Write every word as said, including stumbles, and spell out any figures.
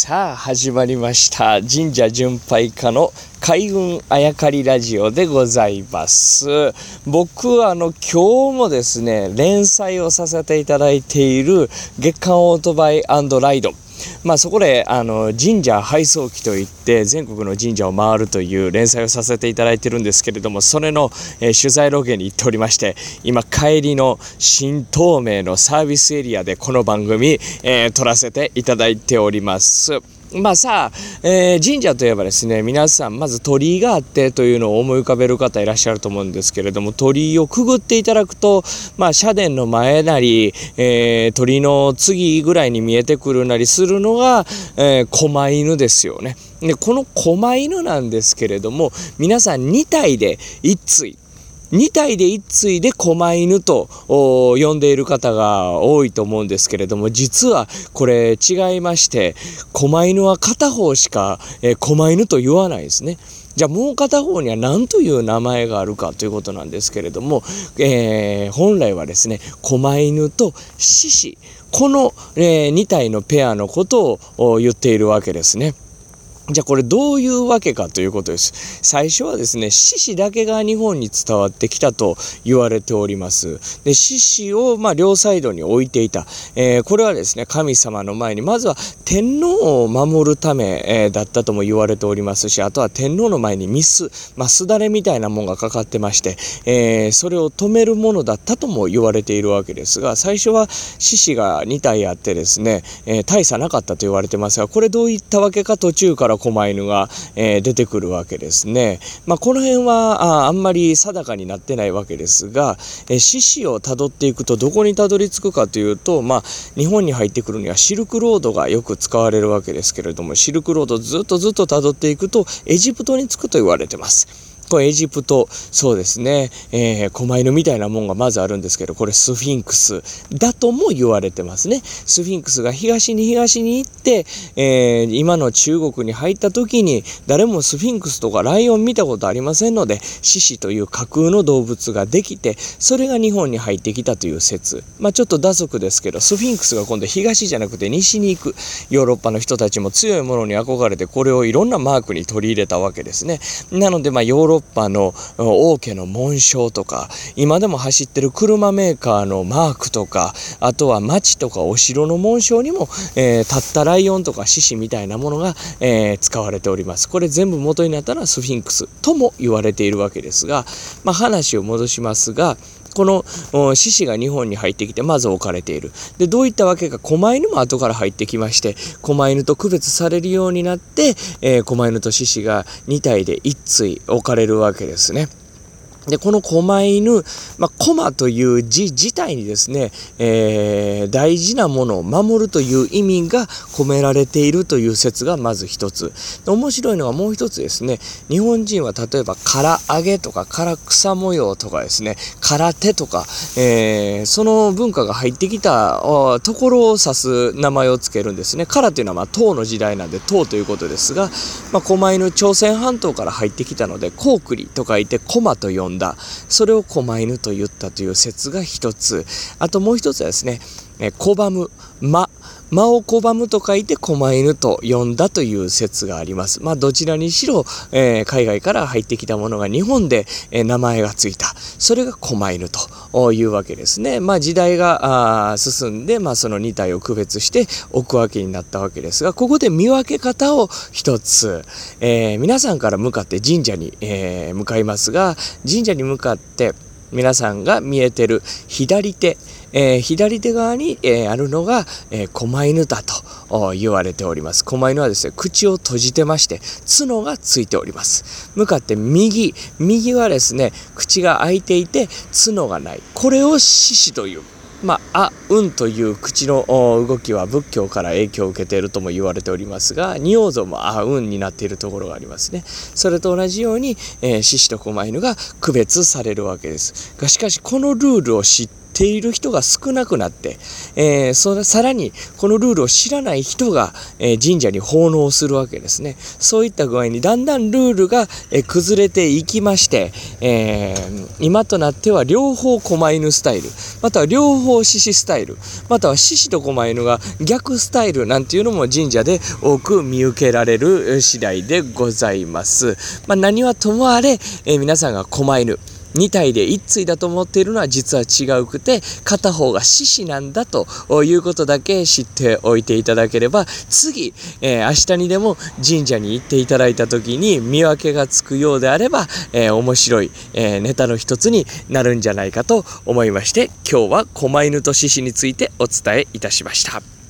さあ始まりました神社巡拝家の開運あやかりラジオでございます。僕はあの今日もですね連載をさせていただいている月刊オートバイ&ライド、まあそこであの神社配送機といって全国の神社を回るという連載をさせていただいてるんですけれども、それの、えー、取材ロケに行っておりまして、今帰りの新東名のサービスエリアでこの番組、えー、撮らせていただいております。まあさあ、えー、神社といえばですね、皆さんまず鳥居があってというのを思い浮かべる方いらっしゃると思うんですけれども、鳥居をくぐっていただくと、まあ社殿の前なり、えー、鳥居の次ぐらいに見えてくるなりするのが、えー、狛犬ですよね。でこの狛犬なんですけれども、皆さんに体で一対に体で一対で狛犬と呼んでいる方が多いと思うんですけれども、実はこれ違いまして、狛犬は片方しか、えー、狛犬と言わないですね。じゃあもう片方には何という名前があるかということなんですけれども、えー、本来はですね、狛犬と獅子、この、えー、に体のペアのことを言っているわけですね。じゃあこれどういうわけかということです。最初はですね、獅子だけが日本に伝わってきたと言われております。で、獅子をまあ両サイドに置いていた、えー、これはですね、神様の前にまずは天皇を守るため、えー、だったとも言われておりますし、あとは天皇の前にミス、まあ、すだれみたいなもんがかかってまして、えー、それを止めるものだったとも言われているわけですが、最初は獅子がに体あってですね、えー、大差なかったと言われてますが、これどういったわけか途中から狛犬が、えー、出てくるわけですね。まあ、この辺は あ, あんまり定かになってないわけですが、えー、獅子をたどっていくとどこにたどり着くかというと、まあ、日本に入ってくるにはシルクロードがよく使われるわけですけれども、シルクロードずっとずっとたどっていくとエジプトに着くと言われてます。これエジプト、そうですね、えー、狛犬みたいなもんがまずあるんですけど、これスフィンクスだとも言われてますね。スフィンクスが東に東に行って、えー、今の中国に入った時に誰もスフィンクスとかライオン見たことありませんので、獅子という架空の動物ができて、それが日本に入ってきたという説。まあちょっと打足ですけど、スフィンクスが今度東じゃなくて西に行くヨーロッパの人たちも強いものに憧れて、これをいろんなマークに取り入れたわけですね。なのでまあヨーロッパヨーロッパの王家の紋章とか、今でも走ってる車メーカーのマークとか、あとは町とかお城の紋章にも、えー、立ったライオンとか獅子みたいなものが、えー、使われております。これ全部元になったのはスフィンクスとも言われているわけですが、まあ、話を戻しますが、この獅子が日本に入ってきてまず置かれている。でどういったわけか、狛犬も後から入ってきまして、狛犬と区別されるようになって、えー、狛犬と獅子がに体で一対置かれるわけですね。でこの狛犬、まあ、狛という字自体にですね、えー、大事なものを守るという意味が込められているという説がまず一つ。面白いのがもう一つですね、日本人は例えば唐揚げとか唐草模様とかですね、空手とか、えー、その文化が入ってきたところを指す名前をつけるんですね。唐というのはまあ唐の時代なんで唐ということですが、まあ、狛犬、朝鮮半島から入ってきたので高栗と書いて狛と呼んで、それを狛犬と言ったという説が一つ。あともう一つはですね、拒む、間間を拒むと書いて狛犬と呼んだという説があります。まあどちらにしろ、えー、海外から入ってきたものが日本で、えー、名前がついた、それが狛犬というわけですね。まあ時代が進んで、まあそのに体を区別して置くわけになったわけですが、ここで見分け方を一つ、えー、皆さんから向かって神社に、えー、向かいますが、神社に向かって皆さんが見えてる左手、えー、左手側に、えー、あるのが、えー、狛犬だと言われております。狛犬はですね、口を閉じてまして角がついております。向かって右右はですね、口が開いていて角がない、これを獅子という。まあ、あ、うんという口の動きは仏教から影響を受けているとも言われておりますが、仁王像もあ、うんになっているところがありますね。それと同じように、えー、獅子と狛犬が区別されるわけですが、しかしこのルールを知ってっている人が少なくなって、えー、それさらにこのルールを知らない人が、えー、神社に奉納するわけですね。そういった具合にだんだんルールが、えー、崩れていきまして、えー、今となっては両方狛犬スタイル、または両方獅子スタイル、または獅子と狛犬が逆スタイルなんていうのも神社で多く見受けられる次第でございます。まあ、何はともあれ、えー、皆さんが狛犬に体で一対だと思っているのは実は違うくて、片方が獅子なんだということだけ知っておいていただければ、次、えー、明日にでも神社に行っていただいた時に見分けがつくようであれば、えー、面白い、えー、ネタの一つになるんじゃないかと思いまして、今日は狛犬と獅子についてお伝えいたしました。